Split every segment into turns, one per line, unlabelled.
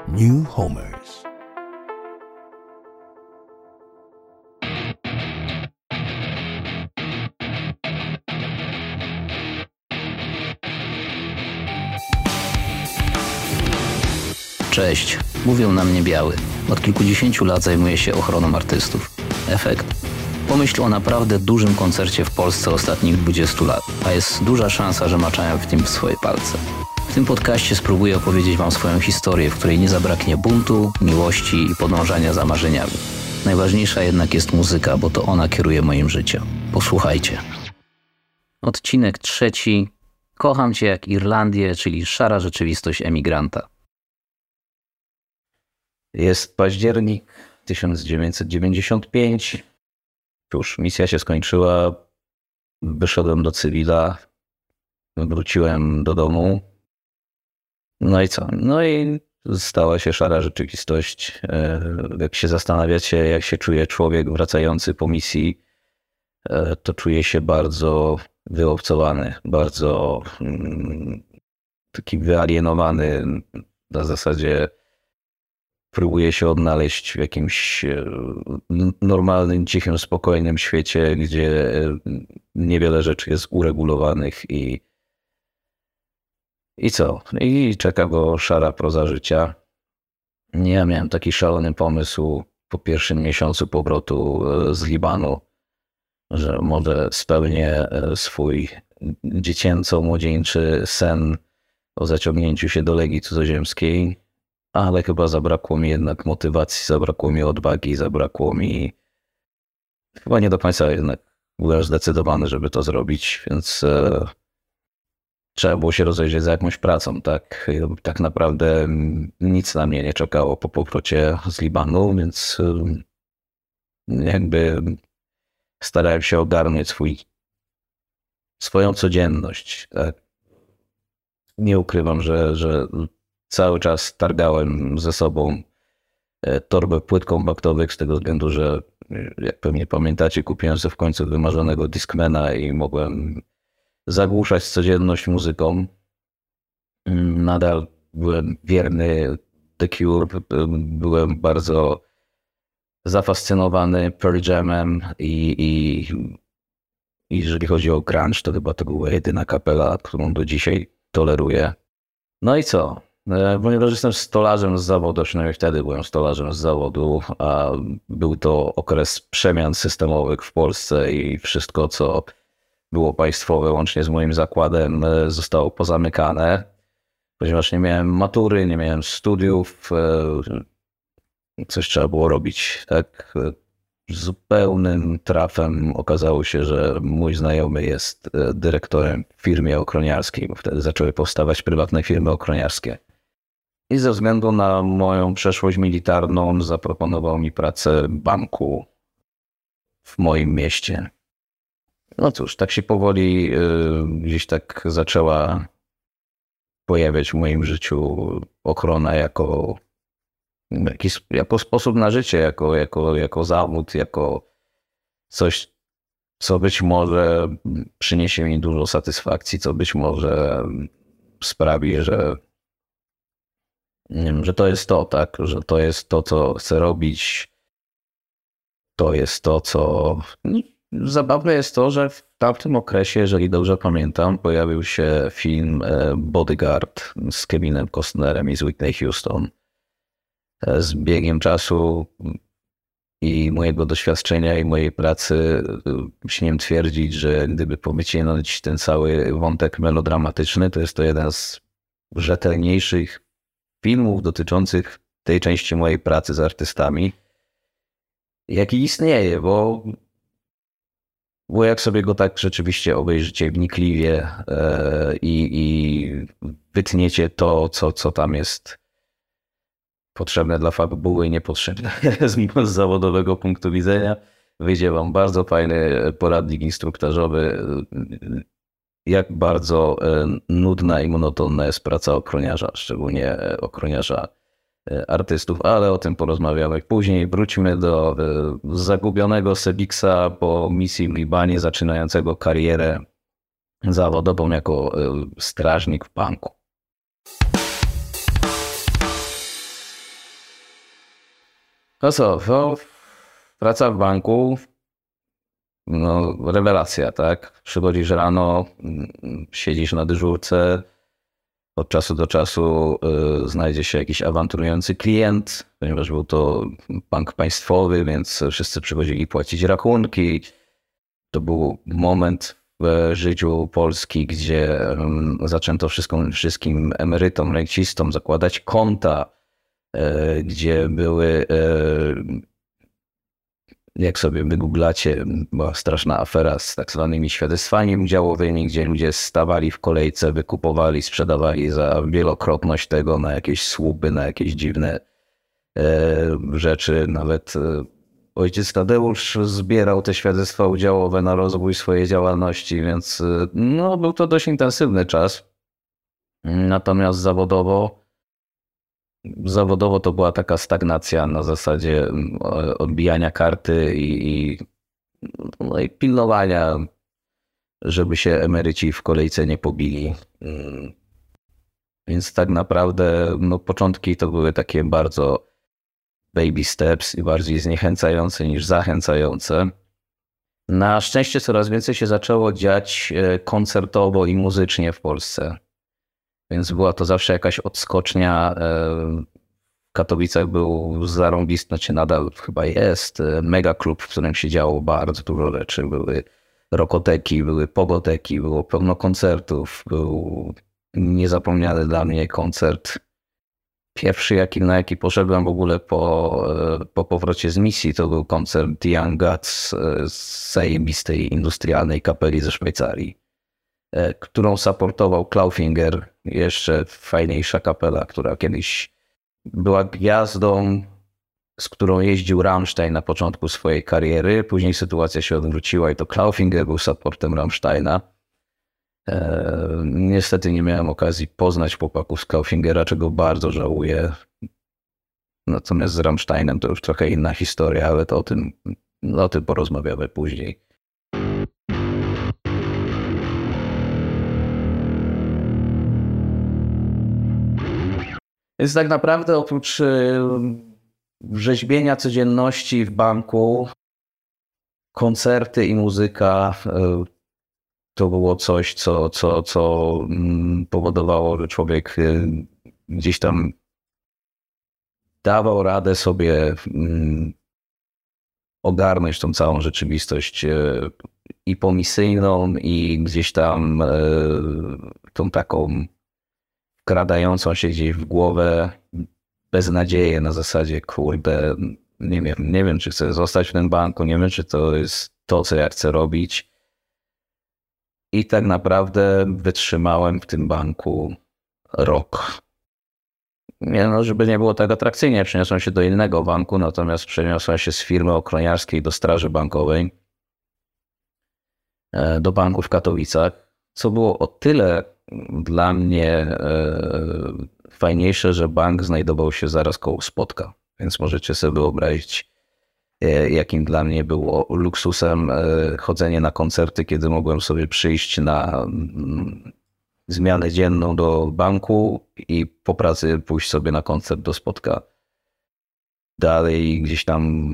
New Homers.
Cześć, mówią na mnie Biały. Od kilkudziesięciu lat zajmuję się ochroną artystów. Efekt? Pomyśl o naprawdę dużym koncercie w Polsce ostatnich 20 lat, a jest duża szansa, że maczają w tym swoje palce. W tym podcaście spróbuję opowiedzieć Wam swoją historię, w której nie zabraknie buntu, miłości i podążania za marzeniami. Najważniejsza jednak jest muzyka, bo to ona kieruje moim życiem. Posłuchajcie. Odcinek 3. Kocham Cię jak Irlandię, czyli szara rzeczywistość emigranta. Jest październik 1995. Już misja się skończyła. Wyszedłem do cywila. Wróciłem do domu. No i co? No i stała się szara rzeczywistość. Jak się zastanawiacie, jak się czuje człowiek wracający po misji, to czuje się bardzo wyobcowany, bardzo taki wyalienowany. Na zasadzie próbuje się odnaleźć w jakimś normalnym, cichym, spokojnym świecie, gdzie niewiele rzeczy jest uregulowanych i co? I czeka go szara proza życia. Ja miałem taki szalony pomysł po pierwszym miesiącu powrotu z Libanu, że może spełnię swój dziecięco-młodzieńczy sen o zaciągnięciu się do Legii Cudzoziemskiej, ale chyba zabrakło mi jednak motywacji, zabrakło mi odwagi, zabrakło mi... Chyba nie do końca jednak byłem zdecydowany, żeby to zrobić, więc trzeba było się rozejrzeć za jakąś pracą, tak? Tak naprawdę nic na mnie nie czekało po powrocie z Libanu, więc jakby starałem się ogarnąć swoją codzienność. Tak? Nie ukrywam, że cały czas targałem ze sobą torbę płyt kompaktowych z tego względu, że jak pewnie pamiętacie, kupiłem sobie w końcu wymarzonego Discmana i mogłem zagłuszać codzienność muzyką. Nadal byłem wierny The Cure, byłem bardzo zafascynowany Pearl Jamem i jeżeli chodzi o grunge, to chyba to była jedyna kapela, którą do dzisiaj toleruję. No i co? Ponieważ jestem stolarzem z zawodu, przynajmniej wtedy byłem stolarzem z zawodu, a był to okres przemian systemowych w Polsce i wszystko, co było państwowe, łącznie z moim zakładem, zostało pozamykane. Ponieważ nie miałem matury, nie miałem studiów, coś trzeba było robić. Tak? Zupełnym trafem okazało się, że mój znajomy jest dyrektorem w firmie ochroniarskiej, bo wtedy zaczęły powstawać prywatne firmy ochroniarskie. I ze względu na moją przeszłość militarną zaproponował mi pracę w banku w moim mieście. No cóż, tak się powoli gdzieś tak zaczęła pojawiać w moim życiu ochrona jako sposób na życie, jako zawód, jako coś, co być może przyniesie mi dużo satysfakcji, co być może sprawi, że to jest to, tak, że to jest to, co chcę robić, to jest to, co... Zabawne jest to, że w tamtym okresie, jeżeli dobrze pamiętam, pojawił się film Bodyguard z Kevinem Costnerem i z Whitney Houston. Z biegiem czasu i mojego doświadczenia i mojej pracy śmiem twierdzić, że gdyby pomyśleć ten cały wątek melodramatyczny, to jest to jeden z rzetelniejszych filmów dotyczących tej części mojej pracy z artystami, jaki istnieje, bo jak sobie go tak rzeczywiście obejrzycie wnikliwie i wytniecie to, co tam jest potrzebne dla fabuły i niepotrzebne z zawodowego punktu widzenia, wyjdzie wam bardzo fajny poradnik instruktażowy, jak bardzo nudna i monotonna jest praca ochroniarza, szczególnie ochroniarza artystów, ale o tym porozmawiamy później. Wróćmy do zagubionego Sebiksa po misji w Libanie, zaczynającego karierę zawodową jako strażnik w banku. No co, no, praca w banku, no rewelacja, tak? Przychodzisz rano, siedzisz na dyżurce, od czasu do czasu znajdzie się jakiś awanturujący klient, ponieważ był to bank państwowy, więc wszyscy przychodzili płacić rachunki. To był moment w życiu Polski, gdzie zaczęto wszystkim emerytom, rencistom zakładać konta, gdzie były, jak sobie wygooglacie, była straszna afera z tak zwanymi świadectwami udziałowymi, gdzie ludzie stawali w kolejce, wykupowali, sprzedawali za wielokrotność tego na jakieś słupy, na jakieś dziwne rzeczy. Nawet ojciec Tadeusz zbierał te świadectwa udziałowe na rozwój swojej działalności, więc no, był to dość intensywny czas. Natomiast zawodowo to była taka stagnacja na zasadzie odbijania karty no i pilnowania, żeby się emeryci w kolejce nie pobili. Więc tak naprawdę no, początki to były takie bardzo baby steps i bardziej zniechęcające niż zachęcające. Na szczęście coraz więcej się zaczęło dziać koncertowo i muzycznie w Polsce. Więc była to zawsze jakaś odskocznia. W Katowicach był zarąbisty, znaczy nadal chyba jest, mega klub, w którym się działo bardzo dużo rzeczy. Były rokoteki, były pogoteki, było pełno koncertów. Był niezapomniany dla mnie koncert. Pierwszy, na jaki poszedłem w ogóle po powrocie z misji, to był koncert Young Guts z zajebistej industrialnej kapeli ze Szwajcarii, którą supportował Clawfinger, jeszcze fajniejsza kapela, która kiedyś była gwiazdą, z którą jeździł Rammstein na początku swojej kariery. Później sytuacja się odwróciła i to Clawfinger był supportem Rammsteina. Niestety nie miałem okazji poznać chłopaków z Clawfingera, czego bardzo żałuję. Natomiast z Rammsteinem to już trochę inna historia, ale to o tym porozmawiamy później. Więc tak naprawdę oprócz rzeźbienia codzienności w banku, koncerty i muzyka to było coś, co powodowało, że człowiek gdzieś tam dawał radę sobie ogarnąć tą całą rzeczywistość i pomisyjną, i gdzieś tam tą taką wkradającą się gdzieś w głowę beznadzieję na zasadzie, kurde, nie wiem, czy chcę zostać w tym banku, nie wiem, czy to jest to, co ja chcę robić. I tak naprawdę wytrzymałem w tym banku rok. Żeby nie było tak atrakcyjnie, przeniosłem się do innego banku, natomiast przeniosłem się z firmy ochroniarskiej do straży bankowej, do banku w Katowicach, co było o tyle dla mnie fajniejsze, że bank znajdował się zaraz koło Spodka, więc możecie sobie wyobrazić, jakim dla mnie było luksusem chodzenie na koncerty, kiedy mogłem sobie przyjść na zmianę dzienną do banku i po pracy pójść sobie na koncert do Spodka. Dalej gdzieś tam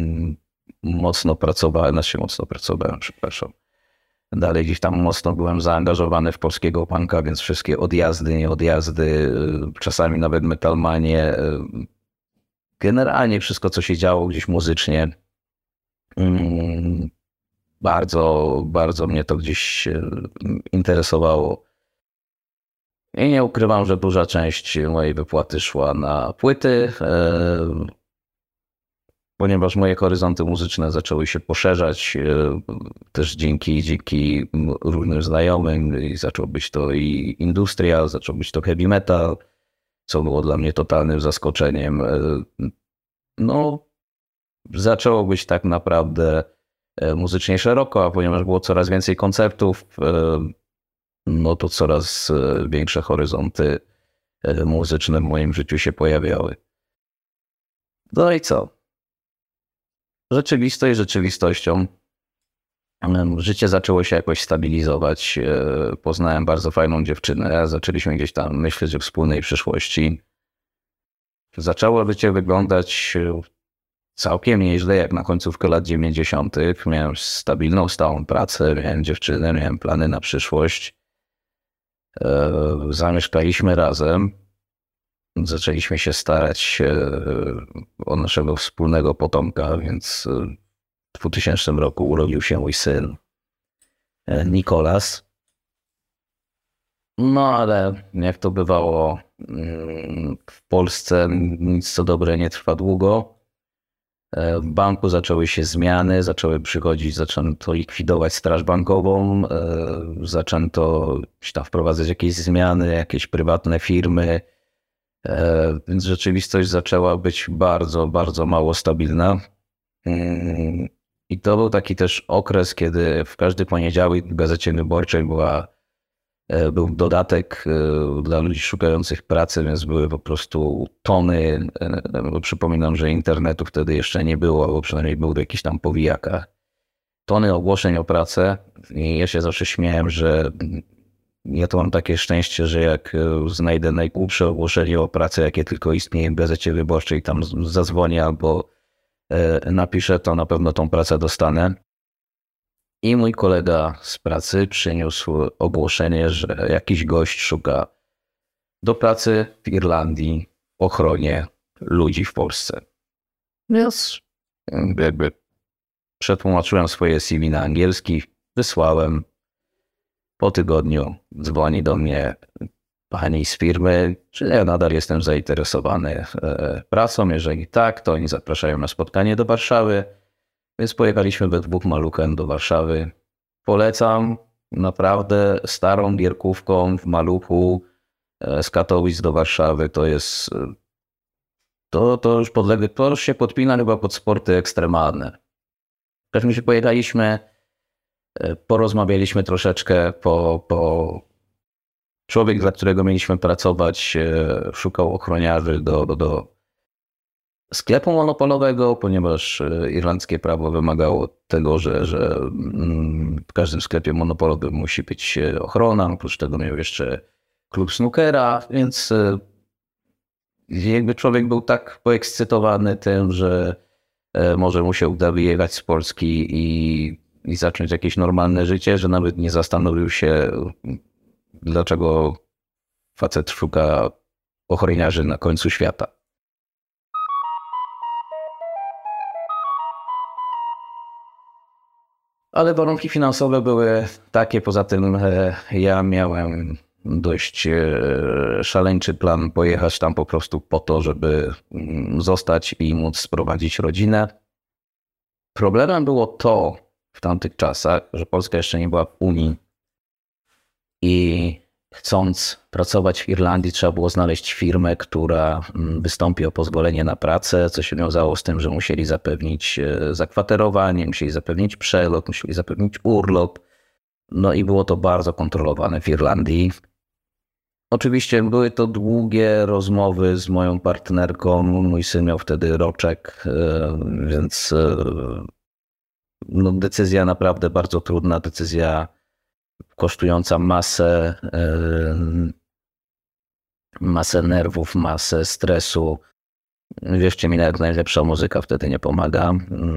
przepraszam. Dalej gdzieś tam mocno byłem zaangażowany w polskiego punka, więc wszystkie odjazdy, nieodjazdy, czasami nawet metalmanie, generalnie wszystko, co się działo gdzieś muzycznie, bardzo, bardzo mnie to gdzieś interesowało. I nie ukrywam, że duża część mojej wypłaty szła na płyty, ponieważ moje horyzonty muzyczne zaczęły się poszerzać też dzięki różnym znajomym. I zaczął być to i industrial, zaczął być to heavy metal, co było dla mnie totalnym zaskoczeniem. No, zaczęło być tak naprawdę muzycznie szeroko, a ponieważ było coraz więcej koncertów, no to coraz większe horyzonty muzyczne w moim życiu się pojawiały. No i co? Rzeczywistość rzeczywistością. Życie zaczęło się jakoś stabilizować. Poznałem bardzo fajną dziewczynę. Zaczęliśmy gdzieś tam myśleć o wspólnej przyszłości. Zaczęło życie wyglądać całkiem nieźle, jak na końcówkę lat 90. Miałem stabilną, stałą pracę, miałem dziewczynę, miałem plany na przyszłość. Zamieszkaliśmy razem. Zaczęliśmy się starać o naszego wspólnego potomka, więc w 2000 roku urodził się mój syn Nikolas. No ale jak to bywało w Polsce, nic co dobre nie trwa długo. W banku zaczęły się zmiany, zaczęto likwidować straż bankową, zaczęto tam wprowadzać jakieś zmiany, jakieś prywatne firmy, więc rzeczywistość zaczęła być bardzo, bardzo mało stabilna. I to był taki też okres, kiedy w każdy poniedziałek w Gazecie Wyborczej był dodatek dla ludzi szukających pracy, więc były po prostu tony, bo przypominam, że internetu wtedy jeszcze nie było, bo przynajmniej był w jakichś tam powijakach. Tony ogłoszeń o pracę i ja się zawsze śmiałem, że ja to mam takie szczęście, że jak znajdę najgłupsze ogłoszenie o pracę, jakie tylko istnieje w Gazecie Wyborczej, tam zadzwonię albo napiszę, to na pewno tą pracę dostanę. I mój kolega z pracy przyniósł ogłoszenie, że jakiś gość szuka do pracy w Irlandii w ochronie ludzi w Polsce. Więc jakby przetłumaczyłem swoje CV na angielski, wysłałem. Po tygodniu dzwoni do mnie pani z firmy, czy ja nadal jestem zainteresowany pracą. Jeżeli tak, to oni zapraszają na spotkanie do Warszawy. Więc pojechaliśmy we dwóch maluchem do Warszawy. Polecam naprawdę starą gierkówką w Maluchu z Katowic do Warszawy. To jest, to już podlega, to już się podpina chyba pod sporty ekstremalne. W każdym razie pojechaliśmy, porozmawialiśmy troszeczkę, człowiek, dla którego mieliśmy pracować, szukał ochroniarzy do sklepu monopolowego, ponieważ irlandzkie prawo wymagało tego, że w każdym sklepie monopolowym musi być ochrona. Oprócz tego miał jeszcze klub snookera, więc jakby człowiek był tak poekscytowany tym, że może mu się uda wyjechać z Polski i zacząć jakieś normalne życie, że nawet nie zastanowił się, dlaczego facet szuka ochroniarzy na końcu świata. Ale warunki finansowe były takie, poza tym ja miałem dość szaleńczy plan pojechać tam po prostu po to, żeby zostać i móc sprowadzić rodzinę. Problemem było to w tamtych czasach, że Polska jeszcze nie była w Unii i chcąc pracować w Irlandii trzeba było znaleźć firmę, która wystąpi o pozwolenie na pracę, co się wiązało z tym, że musieli zapewnić zakwaterowanie, musieli zapewnić przelot, musieli zapewnić urlop. No i było to bardzo kontrolowane w Irlandii. Oczywiście były to długie rozmowy z moją partnerką. Mój syn miał wtedy roczek, więc no, decyzja naprawdę bardzo trudna, decyzja kosztująca masę nerwów, masę stresu. Wierzcie mi, nawet najlepsza muzyka wtedy nie pomaga.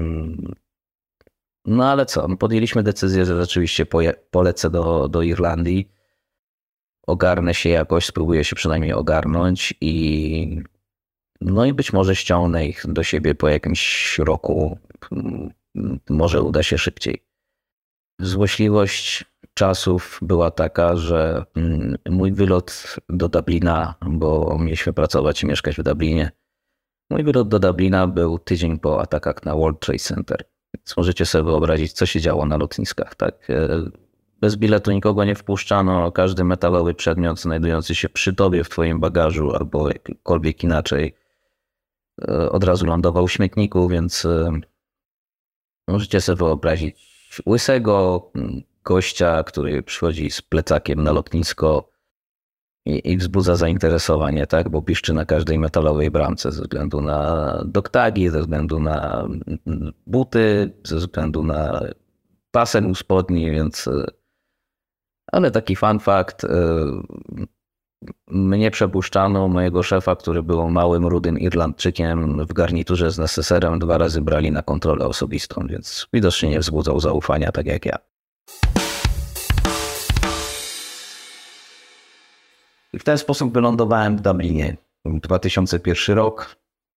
No ale co, podjęliśmy decyzję, że rzeczywiście polecę do Irlandii. Ogarnę się jakoś, spróbuję się przynajmniej ogarnąć i być może ściągnę ich do siebie po jakimś roku. Może uda się szybciej. Złośliwość czasów była taka, że mój wylot do Dublina, bo mieliśmy pracować i mieszkać w Dublinie, mój wylot do Dublina był tydzień po atakach na World Trade Center. Więc możecie sobie wyobrazić, co się działo na lotniskach. Tak? Bez biletu nikogo nie wpuszczano, każdy metalowy przedmiot znajdujący się przy tobie w twoim bagażu albo jakkolwiek inaczej od razu lądował w śmietniku, więc możecie sobie wyobrazić łysego gościa, który przychodzi z plecakiem na lotnisko i wzbudza zainteresowanie, tak? Bo piszczy na każdej metalowej bramce ze względu na doktagi, ze względu na buty, ze względu na pasek u spodni, więc... Ale taki fun fact, mnie przepuszczano, mojego szefa, który był małym, rudym Irlandczykiem w garniturze z neseserem, 2 razy brali na kontrolę osobistą, więc widocznie nie wzbudzał zaufania, tak jak ja. I w ten sposób wylądowałem w Dublinie. 2001 rok.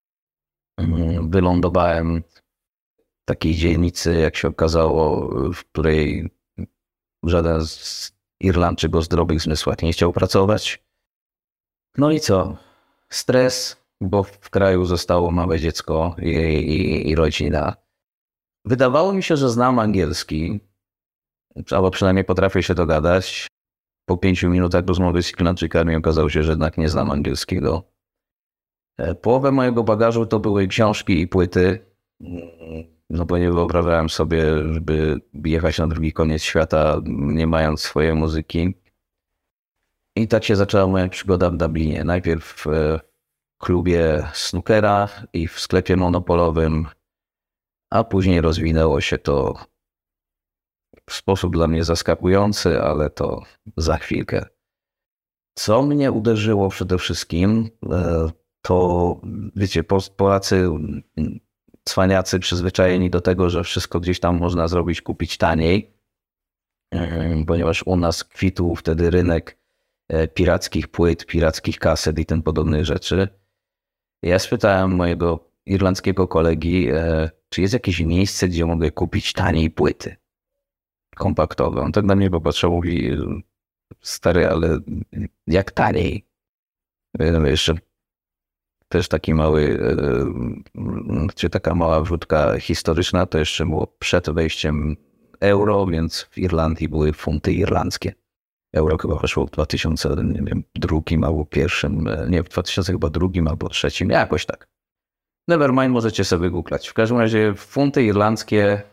Wylądowałem w takiej dzielnicy, jak się okazało, w której żaden z Irlandczyk o zdrowych zmysłach nie chciał pracować. No i co? Stres, bo w kraju zostało małe dziecko i rodzina. Wydawało mi się, że znam angielski, albo przynajmniej potrafię się dogadać. Po 5 minutach rozmowy z Irlandczykami okazało się, że jednak nie znam angielskiego. Połowę mojego bagażu to były książki i płyty, no bo nie wyobrażałem sobie, żeby jechać na drugi koniec świata, nie mając swojej muzyki. I tak się zaczęła moja przygoda w Dublinie. Najpierw w klubie snookera i w sklepie monopolowym, a później rozwinęło się to w sposób dla mnie zaskakujący, ale to za chwilkę. Co mnie uderzyło przede wszystkim, to wiecie, Polacy, cwaniacy przyzwyczajeni do tego, że wszystko gdzieś tam można zrobić, kupić taniej, ponieważ u nas kwitł wtedy rynek pirackich płyt, pirackich kaset i tym podobnych rzeczy. Ja spytałem mojego irlandzkiego kolegi, czy jest jakieś miejsce, gdzie mogę kupić taniej płyty kompaktowe. On tak na mnie popatrzył, mówi, stary, ale jak taniej? Jeszcze też taki mały, czy taka mała wrzutka historyczna, to jeszcze było przed wejściem euro, więc w Irlandii były funty irlandzkie. Euro chyba weszło w 2002 albo pierwszym, nie, w 2002 albo trzecim, jakoś tak. Nevermind, możecie sobie googlać. W każdym razie funty irlandzkie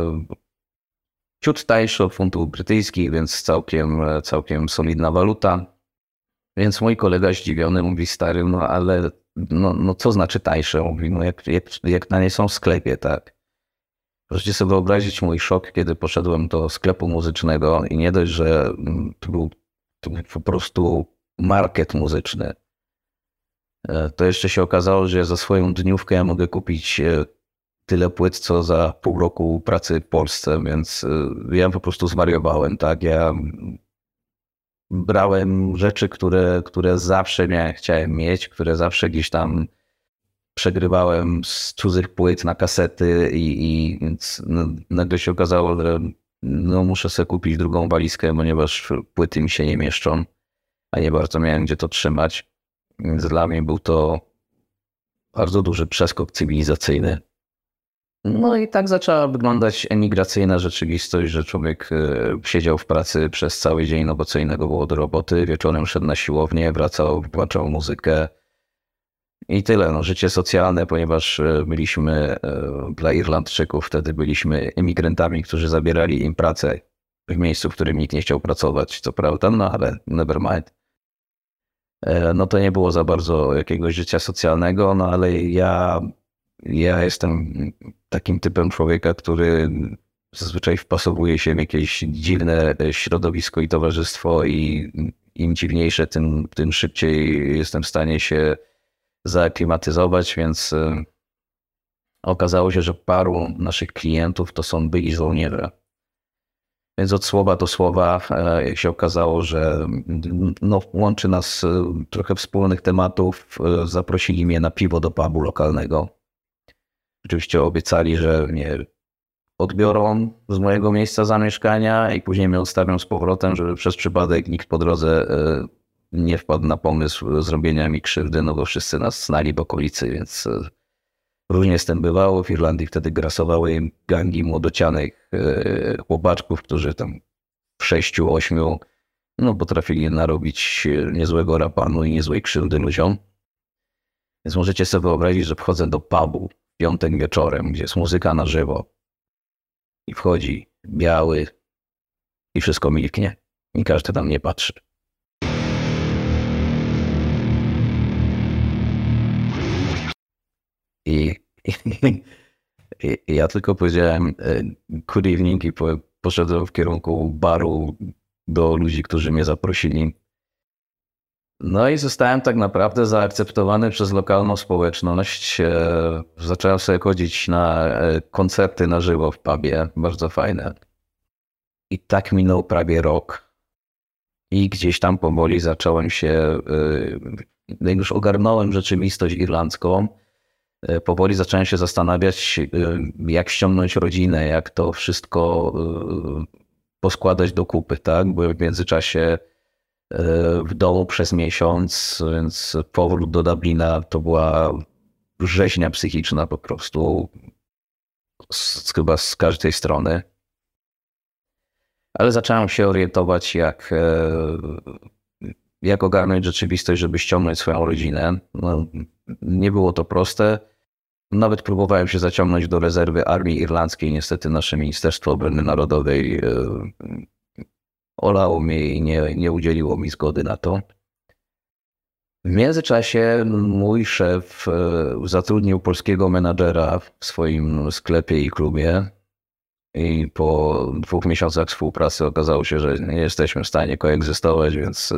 ciut tańsze od funtów brytyjskich, więc całkiem solidna waluta. Więc mój kolega zdziwiony mówi, stary, no ale no co znaczy tańsze? Mówi, no jak na nie są w sklepie, tak? Możecie sobie wyobrazić mój szok, kiedy poszedłem do sklepu muzycznego i nie dość, że to był po prostu market muzyczny. To jeszcze się okazało, że za swoją dniówkę ja mogę kupić tyle płyt, co za pół roku pracy w Polsce, więc ja po prostu zwariowałem, tak? Ja brałem rzeczy, które zawsze chciałem mieć, które zawsze gdzieś tam przegrywałem z cudzych płyt na kasety i więc nagle się okazało, że muszę sobie kupić drugą walizkę, ponieważ płyty mi się nie mieszczą, a nie bardzo miałem gdzie to trzymać. Więc dla mnie był to bardzo duży przeskok cywilizacyjny. No i tak zaczęła wyglądać emigracyjna rzeczywistość, że człowiek siedział w pracy przez cały dzień, no bo co innego było do roboty, wieczorem szedł na siłownię, wracał, włączał muzykę i tyle. No, życie socjalne, ponieważ byliśmy dla Irlandczyków, wtedy byliśmy emigrantami, którzy zabierali im pracę w miejscu, w którym nikt nie chciał pracować, co prawda, no ale never mind. No to nie było za bardzo jakiegoś życia socjalnego, no ale ja jestem takim typem człowieka, który zazwyczaj wpasowuje się w jakieś dziwne środowisko i towarzystwo i im dziwniejsze, tym szybciej jestem w stanie się zaaklimatyzować, więc okazało się, że paru naszych klientów to są byli żołnierze. Więc od słowa do słowa się okazało, że łączy nas trochę wspólnych tematów. Zaprosili mnie na piwo do pubu lokalnego. Oczywiście obiecali, że mnie odbiorą z mojego miejsca zamieszkania i później mnie odstawią z powrotem, żeby przez przypadek nikt po drodze nie wpadł na pomysł zrobienia mi krzywdy, no bo wszyscy nas znali w okolicy, więc różnie z tym bywało. W Irlandii wtedy grasowały gangi młodocianych chłopaczków, którzy tam w 6-8 potrafili narobić niezłego rapanu i niezłej krzywdy ludziom. Więc możecie sobie wyobrazić, że wchodzę do pubu w piątek wieczorem, gdzie jest muzyka na żywo i wchodzi biały i wszystko milknie i każdy tam nie patrzy. I ja tylko powiedziałem good evening i poszedłem w kierunku baru do ludzi, którzy mnie zaprosili. No i zostałem tak naprawdę zaakceptowany przez lokalną społeczność. Zacząłem sobie chodzić na koncerty na żywo w pubie, bardzo fajne. I tak minął prawie rok. I gdzieś tam powoli zacząłem się, jak już ogarnąłem rzeczywistość irlandzką, powoli zacząłem się zastanawiać, jak ściągnąć rodzinę, jak to wszystko poskładać do kupy, tak? Byłem w międzyczasie w domu przez miesiąc, więc powrót do Dublina to była rzeźnia psychiczna po prostu, chyba z każdej strony. Ale zacząłem się orientować, jak ogarnąć rzeczywistość, żeby ściągnąć swoją rodzinę. No, nie było to proste. Nawet próbowałem się zaciągnąć do rezerwy Armii Irlandzkiej. Niestety nasze Ministerstwo Obrony Narodowej olało mnie i nie udzieliło mi zgody na to. W międzyczasie mój szef zatrudnił polskiego menadżera w swoim sklepie i klubie. I po 2 miesiącach współpracy okazało się, że nie jesteśmy w stanie koegzystować, więc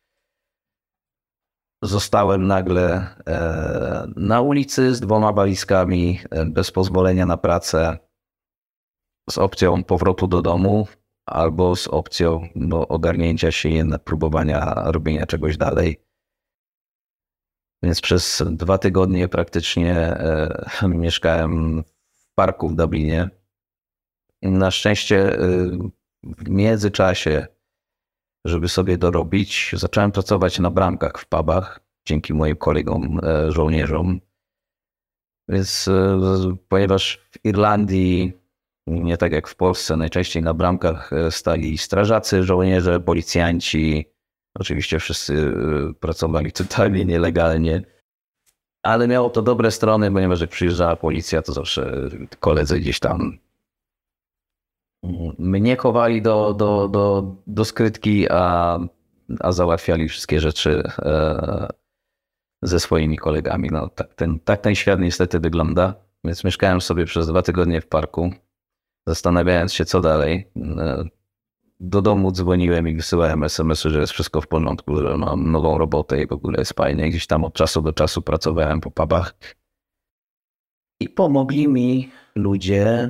zostałem nagle na ulicy z 2 walizkami, bez pozwolenia na pracę, z opcją powrotu do domu albo z opcją ogarnięcia się i próbowania robienia czegoś dalej. Więc przez 2 tygodnie praktycznie mieszkałem w parku w Dublinie. Na szczęście w międzyczasie, żeby sobie dorobić, zacząłem pracować na bramkach w pubach dzięki moim kolegom żołnierzom. Więc ponieważ w Irlandii, nie tak jak w Polsce, najczęściej na bramkach stali strażacy, żołnierze, policjanci. Oczywiście wszyscy pracowali totalnie nielegalnie, ale miało to dobre strony, ponieważ jak przyjeżdżała policja, to zawsze koledzy gdzieś tam mnie chowali do skrytki, a załatwiali wszystkie rzeczy ze swoimi kolegami. No, tak ten świat niestety wygląda. Więc mieszkałem sobie przez 2 tygodnie w parku, zastanawiając się, co dalej. Do domu dzwoniłem i wysyłałem SMS-y, że jest wszystko w porządku, że mam nową robotę i w ogóle jest fajnie. Gdzieś tam od czasu do czasu pracowałem po pubach. I pomogli mi ludzie,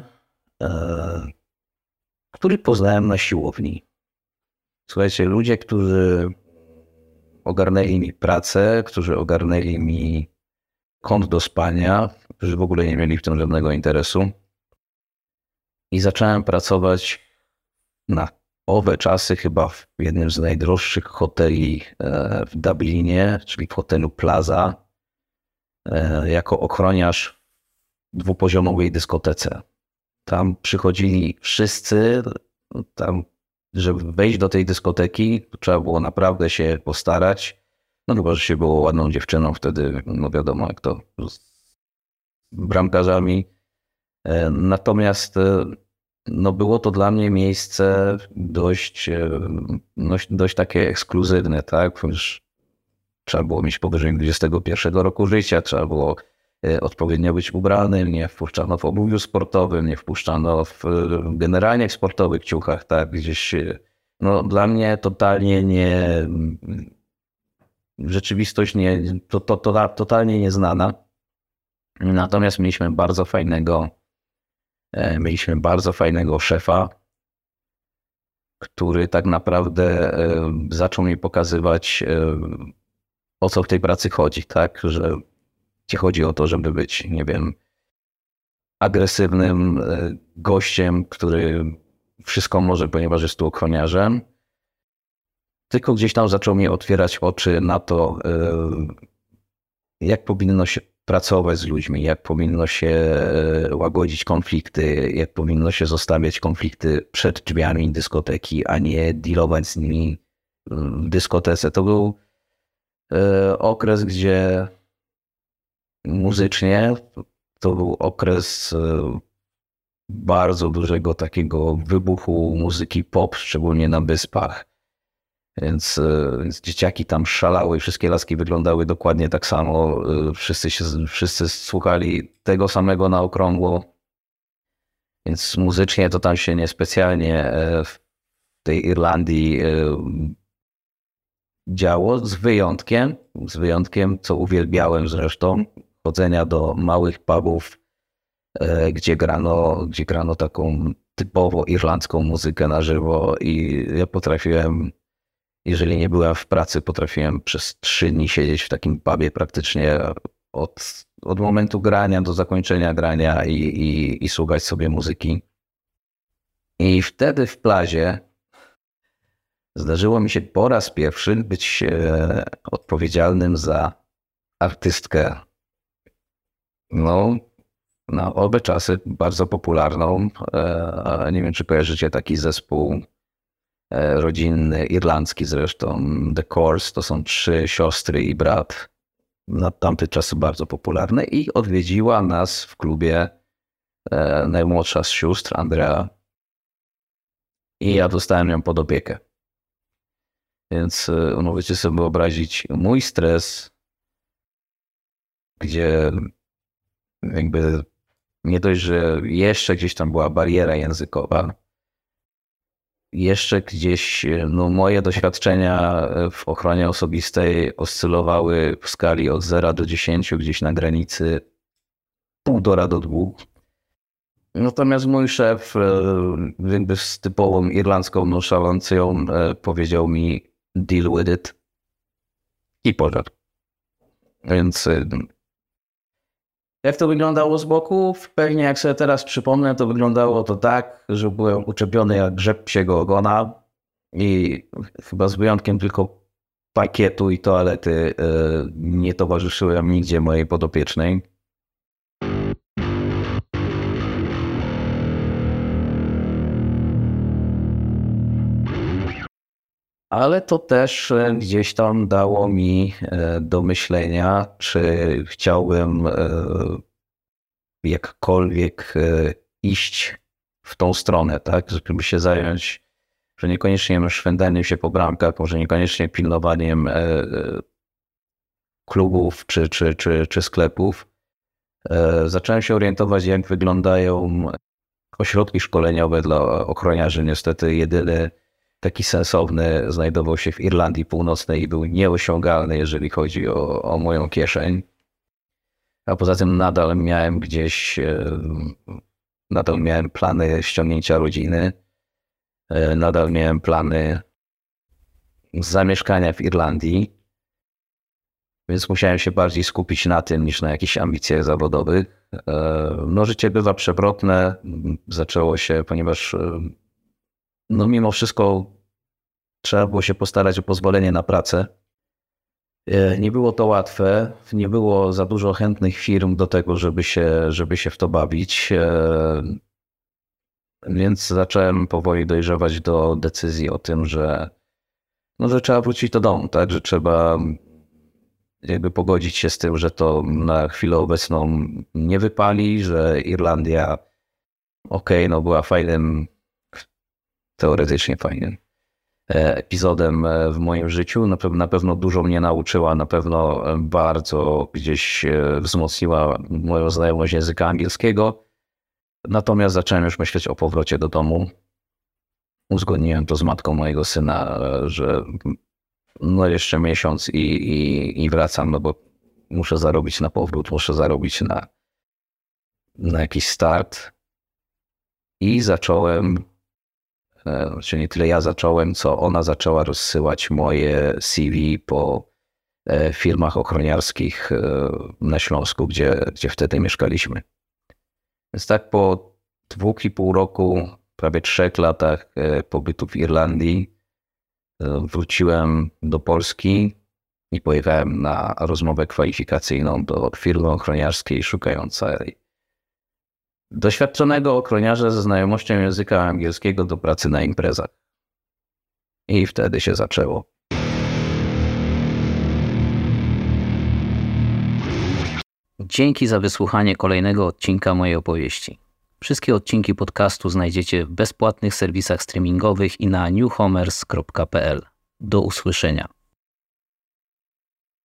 których poznałem na siłowni. Słuchajcie, ludzie, którzy ogarnęli mi pracę, którzy ogarnęli mi kąt do spania, którzy w ogóle nie mieli w tym żadnego interesu. I zacząłem pracować na owe czasy chyba w jednym z najdroższych hoteli w Dublinie, czyli w hotelu Plaza, jako ochroniarz w 2-poziomowej dyskotece. Tam przychodzili wszyscy, żeby wejść do tej dyskoteki, trzeba było naprawdę się postarać. No chyba, że się było ładną dziewczyną, wtedy no wiadomo jak to z bramkarzami. Natomiast no było to dla mnie miejsce dość takie ekskluzywne, tak? Już trzeba było mieć powyżej 21 roku życia, trzeba było odpowiednio być ubranym, nie wpuszczano w obuwiu sportowym, nie wpuszczano generalnie w sportowych ciuchach, tak? Gdzieś, no dla mnie totalnie rzeczywistość totalnie nieznana. Natomiast mieliśmy bardzo fajnego szefa, który tak naprawdę zaczął mi pokazywać, o co w tej pracy chodzi, tak? Że gdzie chodzi o to, żeby być, nie wiem, agresywnym gościem, który wszystko może, ponieważ jest tu ochroniarzem. Tylko gdzieś tam zaczął mi otwierać oczy na to, jak powinno się pracować z ludźmi, jak powinno się łagodzić konflikty, jak powinno się zostawiać konflikty przed drzwiami dyskoteki, a nie dealować z nimi w dyskotece. To był okres, gdzie muzycznie to był okres bardzo takiego wybuchu muzyki pop, szczególnie na Wyspach. Więc dzieciaki tam szalały, wszystkie laski wyglądały dokładnie tak samo. Wszyscy słuchali tego samego na okrągło. Więc muzycznie to tam się niespecjalnie w tej Irlandii działo, z wyjątkiem, co uwielbiałem zresztą, chodzenia do małych pubów, gdzie grano taką typowo irlandzką muzykę na żywo i ja potrafiłem, jeżeli nie byłem w pracy, potrafiłem przez 3 dni siedzieć w takim pubie praktycznie od momentu grania do zakończenia grania i słuchać sobie muzyki. I wtedy w Plazie zdarzyło mi się po raz pierwszy być odpowiedzialnym za artystkę, no, na obe czasy bardzo popularną. Nie wiem, czy kojarzycie taki zespół rodzinny, irlandzki zresztą, The Corrs, to są 3 siostry i brat, na tamte czasy bardzo popularne, i odwiedziła nas w klubie najmłodsza z sióstr, Andrea, i ja dostałem ją pod opiekę. Więc możecie sobie wyobrazić mój stres, gdzie jakby nie dość, że jeszcze gdzieś tam była bariera językowa, jeszcze gdzieś moje doświadczenia w ochronie osobistej oscylowały w skali od 0 do 10, gdzieś na granicy 1,5 do 2. Natomiast mój szef jakby z typową irlandzką nonszalancją powiedział mi deal with it i pożarł. Więc jak to wyglądało z boku? Pewnie jak sobie teraz przypomnę, to wyglądało to tak, że byłem uczepiony jak grzeb psiego ogona i chyba z wyjątkiem tylko parkietu i toalety nie towarzyszyłem nigdzie mojej podopiecznej. Ale to też gdzieś tam dało mi do myślenia, czy chciałbym jakkolwiek iść w tą stronę, tak, żeby się zająć, że niekoniecznie szwędaniem się po bramkach, może niekoniecznie pilnowaniem klubów czy sklepów. Zacząłem się orientować, jak wyglądają ośrodki szkoleniowe dla ochroniarzy. Niestety jedyny taki sensowny znajdował się w Irlandii Północnej i był nieosiągalny, jeżeli chodzi o moją kieszeń. A poza tym nadal miałem plany ściągnięcia rodziny, nadal miałem plany zamieszkania w Irlandii, więc musiałem się bardziej skupić na tym niż na jakichś ambicjach zawodowych. No, życie bywa przewrotne, zaczęło się, ponieważ mimo wszystko trzeba było się postarać o pozwolenie na pracę. Nie było to łatwe, nie było za dużo chętnych firm do tego, żeby się w to bawić, więc zacząłem powoli dojrzewać do decyzji o tym, że trzeba wrócić do domu, tak, że trzeba jakby pogodzić się z tym, że to na chwilę obecną nie wypali, że Irlandia była fajnym, teoretycznie fajnym epizodem w moim życiu. Na pewno dużo mnie nauczyła, na pewno bardzo gdzieś wzmocniła moją znajomość języka angielskiego. Natomiast zacząłem już myśleć o powrocie do domu. Uzgodniłem to z matką mojego syna, że jeszcze miesiąc i wracam, bo muszę zarobić na powrót, muszę zarobić na jakiś start. I zacząłem, czy nie tyle ja zacząłem, co ona zaczęła rozsyłać moje CV po firmach ochroniarskich na Śląsku, gdzie wtedy mieszkaliśmy. Więc tak po 2,5 roku, prawie 3 latach pobytu w Irlandii wróciłem do Polski i pojechałem na rozmowę kwalifikacyjną do firmy ochroniarskiej szukającej doświadczonego ochroniarza ze znajomością języka angielskiego do pracy na imprezach. I wtedy się zaczęło.
Dzięki za wysłuchanie kolejnego odcinka mojej opowieści. Wszystkie odcinki podcastu znajdziecie w bezpłatnych serwisach streamingowych i na newhomers.pl. Do usłyszenia.